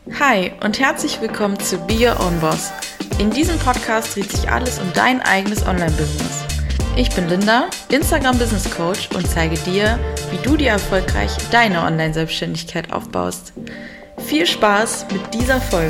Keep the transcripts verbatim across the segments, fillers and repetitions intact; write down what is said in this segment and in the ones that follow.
Hi und herzlich willkommen zu Be Your Own Boss. In diesem Podcast dreht sich alles um dein eigenes Online-Business. Ich bin Linda, Instagram-Business-Coach und zeige dir, wie du dir erfolgreich deine Online-Selbstständigkeit aufbaust. Viel Spaß mit dieser Folge!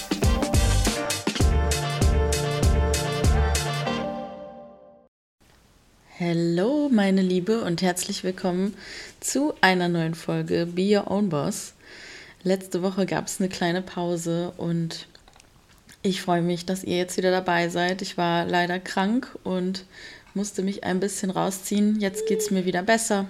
Hallo meine Liebe und herzlich willkommen zu einer neuen Folge Be Your Own Boss. Letzte Woche gab es eine kleine Pause und ich freue mich, dass ihr jetzt wieder dabei seid. Ich war leider krank und musste mich ein bisschen rausziehen. Jetzt geht es mir wieder besser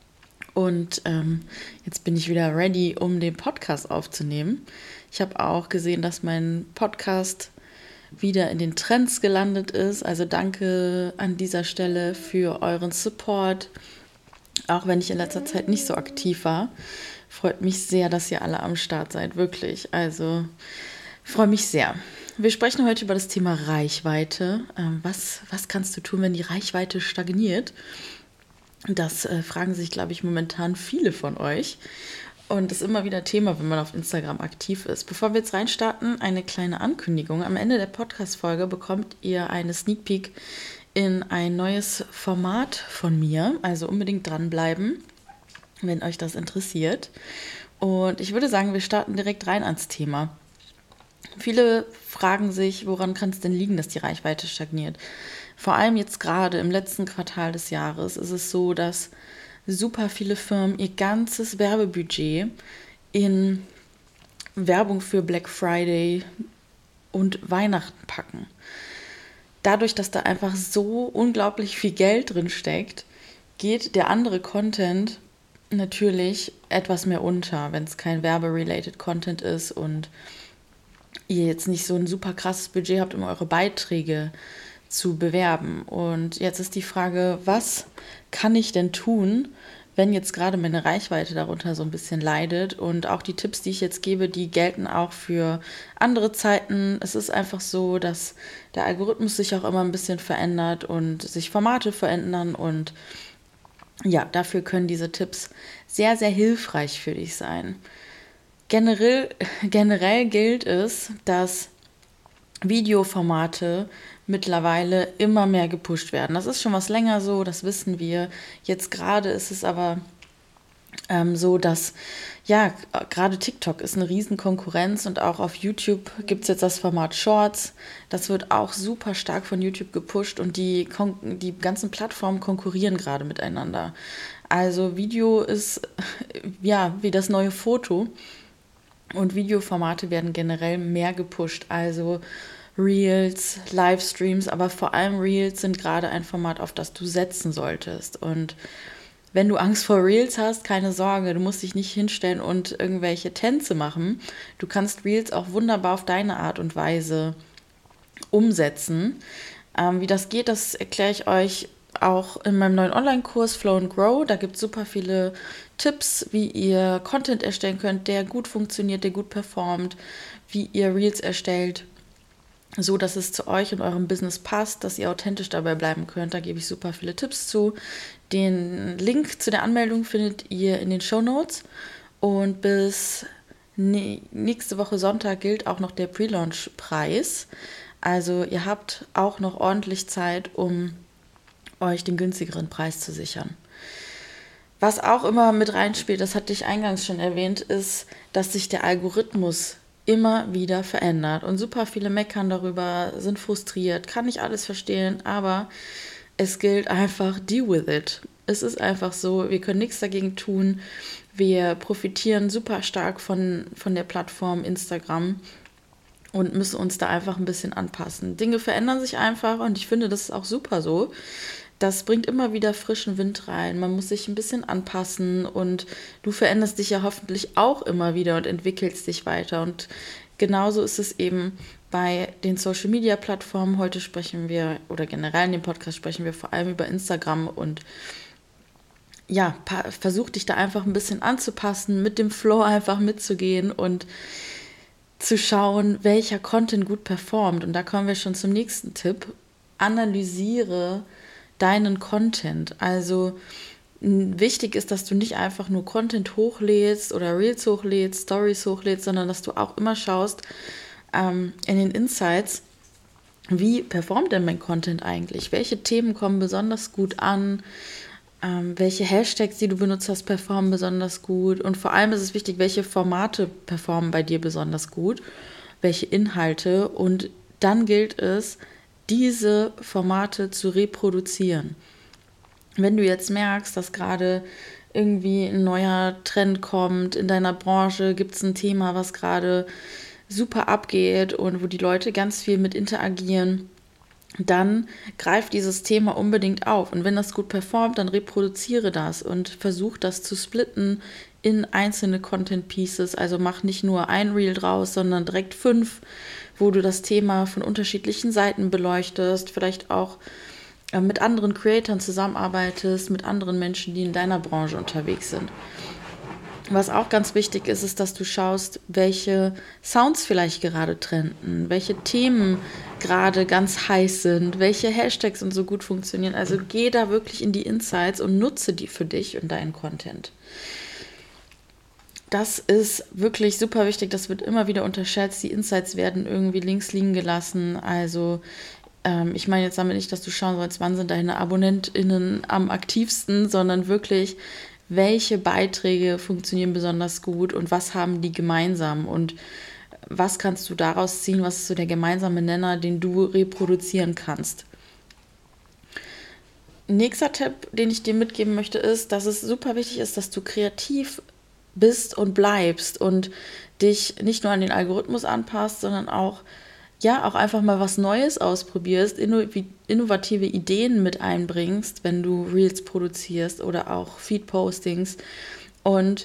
und ähm, jetzt bin ich wieder ready, um den Podcast aufzunehmen. Ich habe auch gesehen, dass mein Podcast wieder in den Trends gelandet ist. Also danke an dieser Stelle für euren Support, auch wenn ich in letzter Zeit nicht so aktiv war. Freut mich sehr, dass ihr alle am Start seid, wirklich. Also freue mich sehr. Wir sprechen heute über das Thema Reichweite. Ähm, was, was kannst du tun, wenn die Reichweite stagniert? Das äh, fragen sich, glaube ich, momentan viele von euch. Und das ist immer wieder Thema, wenn man auf Instagram aktiv ist. Bevor wir jetzt reinstarten, eine kleine Ankündigung. Am Ende der Podcast-Folge bekommt ihr eine Sneak Peek in ein neues Format von mir. Also unbedingt dranbleiben, wenn euch das interessiert. Und ich würde sagen, wir starten direkt rein ans Thema. Viele fragen sich, woran kann es denn liegen, dass die Reichweite stagniert? Vor allem jetzt gerade im letzten Quartal des Jahres ist es so, dass super viele Firmen ihr ganzes Werbebudget in Werbung für Black Friday und Weihnachten packen. Dadurch, dass da einfach so unglaublich viel Geld drin steckt, geht der andere Content natürlich etwas mehr unter, wenn es kein werberelated Content ist und ihr jetzt nicht so ein super krasses Budget habt, um eure Beiträge zu bewerben. Und jetzt ist die Frage, was kann ich denn tun, wenn jetzt gerade meine Reichweite darunter so ein bisschen leidet? Und auch die Tipps, die ich jetzt gebe, die gelten auch für andere Zeiten. Es ist einfach so, dass der Algorithmus sich auch immer ein bisschen verändert und sich Formate verändern und ja, dafür können diese Tipps sehr, sehr hilfreich für dich sein. Generell, generell gilt es, dass Videoformate mittlerweile immer mehr gepusht werden. Das ist schon was länger so, das wissen wir. Jetzt gerade ist es aber ähm, so, dass ja, gerade TikTok ist eine riesen Konkurrenz und auch auf YouTube gibt es jetzt das Format Shorts. Das wird auch super stark von YouTube gepusht und die, kon- die ganzen Plattformen konkurrieren gerade miteinander. Also Video ist ja wie das neue Foto und Videoformate werden generell mehr gepusht. Also Reels, Livestreams, aber vor allem Reels sind gerade ein Format, auf das du setzen solltest. Und wenn du Angst vor Reels hast, keine Sorge, du musst dich nicht hinstellen und irgendwelche Tänze machen. Du kannst Reels auch wunderbar auf deine Art und Weise umsetzen. Ähm, wie das geht, das erkläre ich euch auch in meinem neuen Online-Kurs Flow and Grow. Da gibt es super viele Tipps, wie ihr Content erstellen könnt, der gut funktioniert, der gut performt, wie ihr Reels erstellt, so dass es zu euch und eurem Business passt, dass ihr authentisch dabei bleiben könnt. Da gebe ich super viele Tipps zu. Den Link zu der Anmeldung findet ihr in den Shownotes. Und bis nächste Woche Sonntag gilt auch noch der Pre-Launch-Preis. Also ihr habt auch noch ordentlich Zeit, um euch den günstigeren Preis zu sichern. Was auch immer mit reinspielt, das hatte ich eingangs schon erwähnt, ist, dass sich der Algorithmus immer wieder verändert. Und super viele meckern darüber, sind frustriert, kann nicht alles verstehen, aber es gilt einfach, deal with it. Es ist einfach so, wir können nichts dagegen tun. Wir profitieren super stark von, von der Plattform Instagram und müssen uns da einfach ein bisschen anpassen. Dinge verändern sich einfach und ich finde, das ist auch super so. Das bringt immer wieder frischen Wind rein. Man muss sich ein bisschen anpassen und du veränderst dich ja hoffentlich auch immer wieder und entwickelst dich weiter. Und genauso ist es eben bei den Social-Media-Plattformen. Heute sprechen wir, oder generell in dem Podcast sprechen wir vor allem über Instagram und ja, pa- versuch dich da einfach ein bisschen anzupassen, mit dem Flow einfach mitzugehen und zu schauen, welcher Content gut performt. Und da kommen wir schon zum nächsten Tipp. Analysiere deinen Content. Also wichtig ist, dass du nicht einfach nur Content hochlädst oder Reels hochlädst, Stories hochlädst, sondern dass du auch immer schaust ähm, in den Insights, wie performt denn mein Content eigentlich? Welche Themen kommen besonders gut an? Ähm, welche Hashtags, die du benutzt hast, performen besonders gut? Und vor allem ist es wichtig, welche Formate performen bei dir besonders gut? Welche Inhalte? Und dann gilt es, diese Formate zu reproduzieren. Wenn du jetzt merkst, dass gerade irgendwie ein neuer Trend kommt, in deiner Branche gibt es ein Thema, was gerade super abgeht und wo die Leute ganz viel mit interagieren, dann greif dieses Thema unbedingt auf. Und wenn das gut performt, dann reproduziere das und versuch das zu splitten in einzelne Content Pieces. Also mach nicht nur ein Reel draus, sondern direkt fünf, wo du das Thema von unterschiedlichen Seiten beleuchtest, vielleicht auch mit anderen Creatoren zusammenarbeitest, mit anderen Menschen, die in deiner Branche unterwegs sind. Was auch ganz wichtig ist, ist, dass du schaust, welche Sounds vielleicht gerade trenden, welche Themen gerade ganz heiß sind, welche Hashtags und so gut funktionieren. Also geh da wirklich in die Insights und nutze die für dich und deinen Content. Das ist wirklich super wichtig, das wird immer wieder unterschätzt. Die Insights werden irgendwie links liegen gelassen, also ich meine jetzt damit nicht, dass du schauen sollst, wann sind deine AbonnentInnen am aktivsten, sondern wirklich, welche Beiträge funktionieren besonders gut und was haben die gemeinsam und was kannst du daraus ziehen, was ist so der gemeinsame Nenner, den du reproduzieren kannst. Nächster Tipp, den ich dir mitgeben möchte, ist, dass es super wichtig ist, dass du kreativ bist und bleibst und dich nicht nur an den Algorithmus anpasst, sondern auch ja, auch einfach mal was Neues ausprobierst, innovative Ideen mit einbringst, wenn du Reels produzierst oder auch Feed-Postings. Und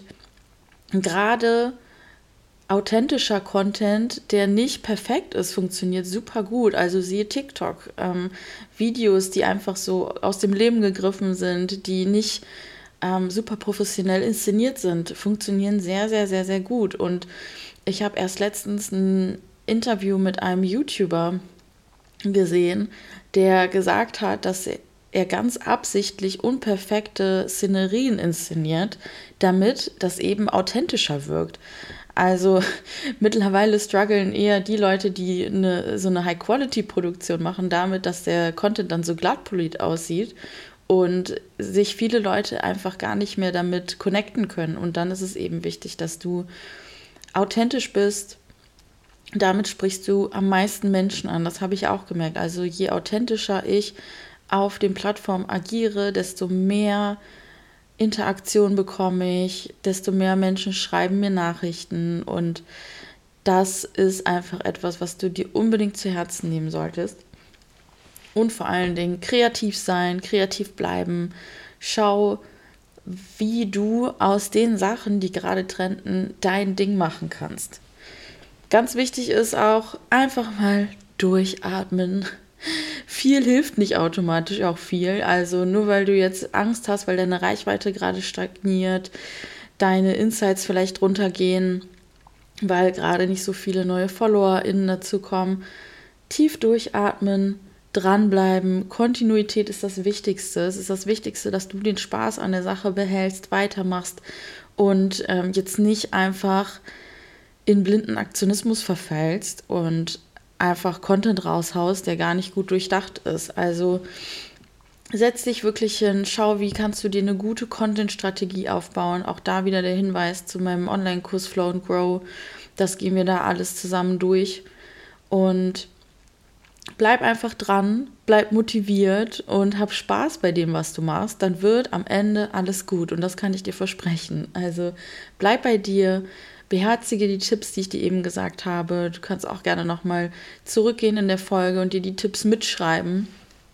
gerade authentischer Content, der nicht perfekt ist, funktioniert super gut. Also siehe TikTok, ähm, Videos, die einfach so aus dem Leben gegriffen sind, die nicht ähm, super professionell inszeniert sind, funktionieren sehr, sehr, sehr, sehr gut. Und ich habe erst letztens ein Interview mit einem YouTuber gesehen, der gesagt hat, dass er ganz absichtlich unperfekte Szenerien inszeniert, damit das eben authentischer wirkt. Also mittlerweile strugglen eher die Leute, die eine, so eine High-Quality-Produktion machen, damit, dass der Content dann so glattpoliert aussieht und sich viele Leute einfach gar nicht mehr damit connecten können. Und dann ist es eben wichtig, dass du authentisch bist. Damit sprichst du am meisten Menschen an, das habe ich auch gemerkt. Also je authentischer ich auf den Plattformen agiere, desto mehr Interaktion bekomme ich, desto mehr Menschen schreiben mir Nachrichten und das ist einfach etwas, was du dir unbedingt zu Herzen nehmen solltest. Und vor allen Dingen kreativ sein, kreativ bleiben. Schau, wie du aus den Sachen, die gerade trenden, dein Ding machen kannst. Ganz wichtig ist auch, einfach mal durchatmen. Viel hilft nicht automatisch auch viel. Also nur weil du jetzt Angst hast, weil deine Reichweite gerade stagniert, deine Insights vielleicht runtergehen, weil gerade nicht so viele neue FollowerInnen dazu kommen. Tief durchatmen, dranbleiben. Kontinuität ist das Wichtigste. Es ist das Wichtigste, dass du den Spaß an der Sache behältst, weitermachst und ähm, jetzt nicht einfach in blinden Aktionismus verfällst und einfach Content raushaust, der gar nicht gut durchdacht ist. Also setz dich wirklich hin, schau, wie kannst du dir eine gute Content-Strategie aufbauen. Auch da wieder der Hinweis zu meinem Online-Kurs Flow and Grow. Das gehen wir da alles zusammen durch. Und bleib einfach dran, bleib motiviert und hab Spaß bei dem, was du machst. Dann wird am Ende alles gut und das kann ich dir versprechen. Also bleib bei dir. Beherzige die Tipps, die ich dir eben gesagt habe. Du kannst auch gerne nochmal zurückgehen in der Folge und dir die Tipps mitschreiben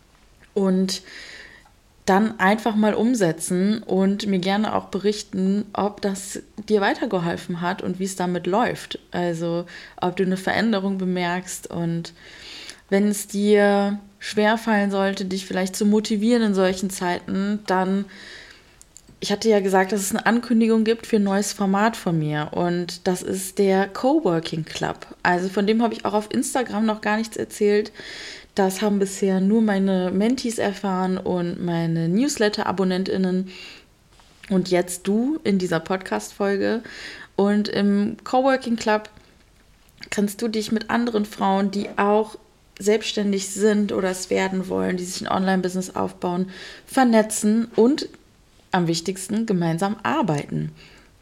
und dann einfach mal umsetzen und mir gerne auch berichten, ob das dir weitergeholfen hat und wie es damit läuft. Also ob du eine Veränderung bemerkst und wenn es dir schwerfallen sollte, dich vielleicht zu motivieren in solchen Zeiten, dann ich hatte ja gesagt, dass es eine Ankündigung gibt für ein neues Format von mir und das ist der Coworking Club. Also von dem habe ich auch auf Instagram noch gar nichts erzählt. Das haben bisher nur meine Mentees erfahren und meine Newsletter-AbonnentInnen. und jetzt du in dieser Podcast-Folge. Und im Coworking Club kannst du dich mit anderen Frauen, die auch selbstständig sind oder es werden wollen, die sich ein Online-Business aufbauen, vernetzen und am wichtigsten gemeinsam arbeiten.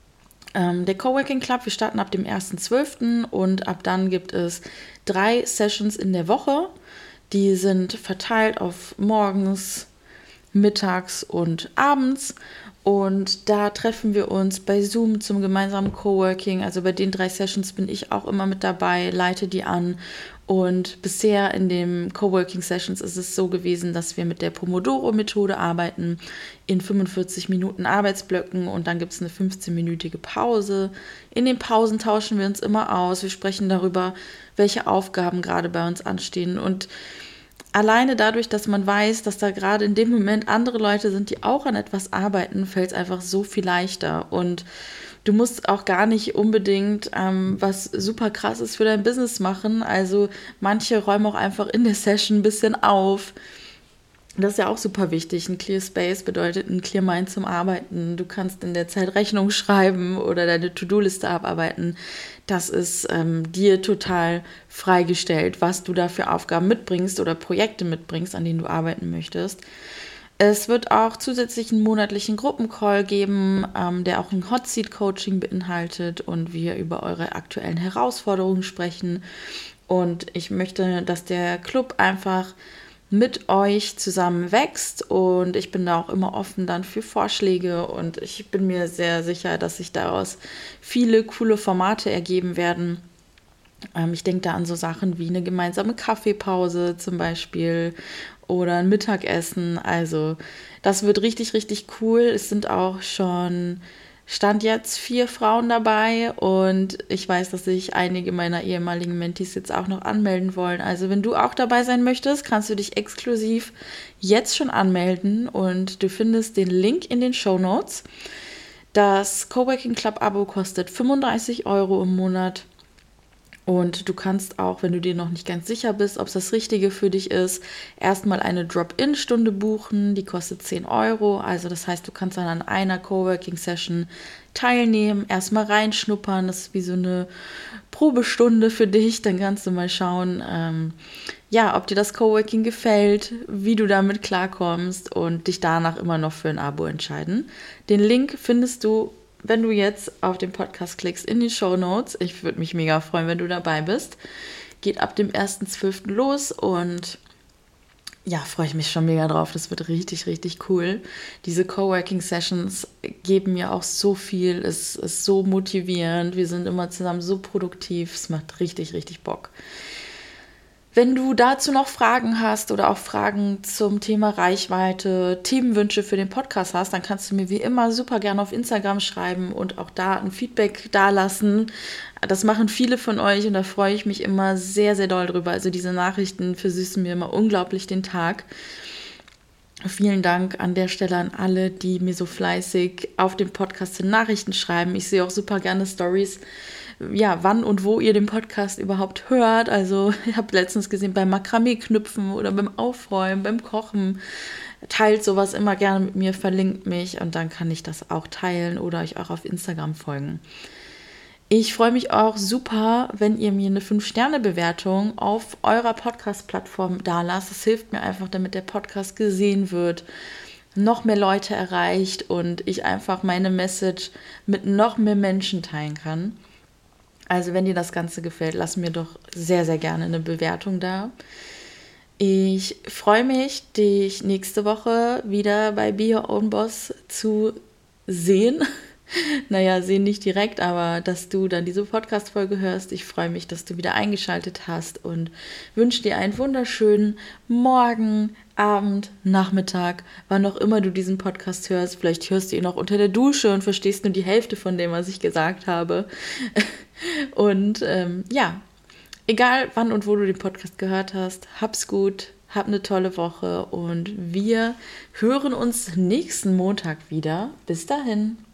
Ähm, der Coworking Club, wir starten ab dem ersten zwölften und ab dann gibt es drei Sessions in der Woche. Die sind verteilt auf morgens, mittags und abends. Und da treffen wir uns bei Zoom zum gemeinsamen Coworking. Also bei den drei Sessions bin ich auch immer mit dabei, leite die an. Und bisher in den Coworking-Sessions ist es so gewesen, dass wir mit der Pomodoro-Methode arbeiten, in fünfundvierzig Minuten Arbeitsblöcken und dann gibt es eine fünfzehnminütige Pause. In den Pausen tauschen wir uns immer aus. Wir sprechen darüber, welche Aufgaben gerade bei uns anstehen. Und alleine dadurch, dass man weiß, dass da gerade in dem Moment andere Leute sind, die auch an etwas arbeiten, fällt es einfach so viel leichter. Und du musst auch gar nicht unbedingt ähm, was super krasses für dein Business machen. Also manche räumen auch einfach in der Session ein bisschen auf. Das ist ja auch super wichtig. Ein Clear Space bedeutet ein Clear Mind zum Arbeiten. Du kannst in der Zeit Rechnung schreiben oder deine To-Do-Liste abarbeiten. Das ist ähm, dir total freigestellt, was du da für Aufgaben mitbringst oder Projekte mitbringst, an denen du arbeiten möchtest. Es wird auch zusätzlich einen monatlichen Gruppencall geben, ähm, der auch ein Hot Seat Coaching beinhaltet und wir über eure aktuellen Herausforderungen sprechen. Und ich möchte, dass der Club einfach mit euch zusammen wächst und ich bin da auch immer offen dann für Vorschläge und ich bin mir sehr sicher, dass sich daraus viele coole Formate ergeben werden. Ähm, ich denke da an so Sachen wie eine gemeinsame Kaffeepause zum Beispiel oder ein Mittagessen. Also das wird richtig, richtig cool. Es sind auch schon Stand jetzt vier Frauen dabei und ich weiß, dass sich einige meiner ehemaligen Mentees jetzt auch noch anmelden wollen. Also wenn du auch dabei sein möchtest, kannst du dich exklusiv jetzt schon anmelden und du findest den Link in den Shownotes. Das Coworking Club Abo kostet fünfunddreißig Euro im Monat. Und du kannst auch, wenn du dir noch nicht ganz sicher bist, ob es das Richtige für dich ist, erstmal eine Drop-in-Stunde buchen. Die kostet zehn Euro. Also das heißt, du kannst dann an einer Coworking-Session teilnehmen, erstmal reinschnuppern. Das ist wie so eine Probestunde für dich. Dann kannst du mal schauen, ähm, ja, ob dir das Coworking gefällt, wie du damit klarkommst und dich danach immer noch für ein Abo entscheiden. Den Link findest du, wenn du jetzt auf den Podcast klickst, in die Shownotes. Ich würde mich mega freuen, wenn du dabei bist. Geht ab dem ersten zwölften los und ja, freue ich mich schon mega drauf. Das wird richtig, richtig cool. Diese Coworking-Sessions geben mir auch so viel. Es ist so motivierend. Wir sind immer zusammen so produktiv. Es macht richtig, richtig Bock. Wenn du dazu noch Fragen hast oder auch Fragen zum Thema Reichweite, Themenwünsche für den Podcast hast, dann kannst du mir wie immer super gerne auf Instagram schreiben und auch da ein Feedback dalassen. Das machen viele von euch und da freue ich mich immer sehr, sehr doll drüber. Also diese Nachrichten versüßen mir immer unglaublich den Tag. Vielen Dank an der Stelle an alle, die mir so fleißig auf dem Podcast Nachrichten schreiben. Ich sehe auch super gerne Stories, ja, wann und wo ihr den Podcast überhaupt hört. Also ich habe letztens gesehen beim Makramee-Knüpfen oder beim Aufräumen, beim Kochen. Teilt sowas immer gerne mit mir, verlinkt mich und dann kann ich das auch teilen oder euch auch auf Instagram folgen. Ich freue mich auch super, wenn ihr mir eine fünf Sterne Bewertung auf eurer Podcast-Plattform dalasst. Das hilft mir einfach, damit der Podcast gesehen wird, noch mehr Leute erreicht und ich einfach meine Message mit noch mehr Menschen teilen kann. Also wenn dir das Ganze gefällt, lass mir doch sehr, sehr gerne eine Bewertung da. Ich freue mich, dich nächste Woche wieder bei Be Your Own Boss zu sehen. Naja, sehen nicht direkt, aber dass du dann diese Podcast-Folge hörst. Ich freue mich, dass du wieder eingeschaltet hast und wünsche dir einen wunderschönen Morgen, Abend, Nachmittag, wann auch immer du diesen Podcast hörst. Vielleicht hörst du ihn auch unter der Dusche und verstehst nur die Hälfte von dem, was ich gesagt habe. Und ähm, ja, egal wann und wo du den Podcast gehört hast, hab's gut, hab eine tolle Woche und wir hören uns nächsten Montag wieder. Bis dahin.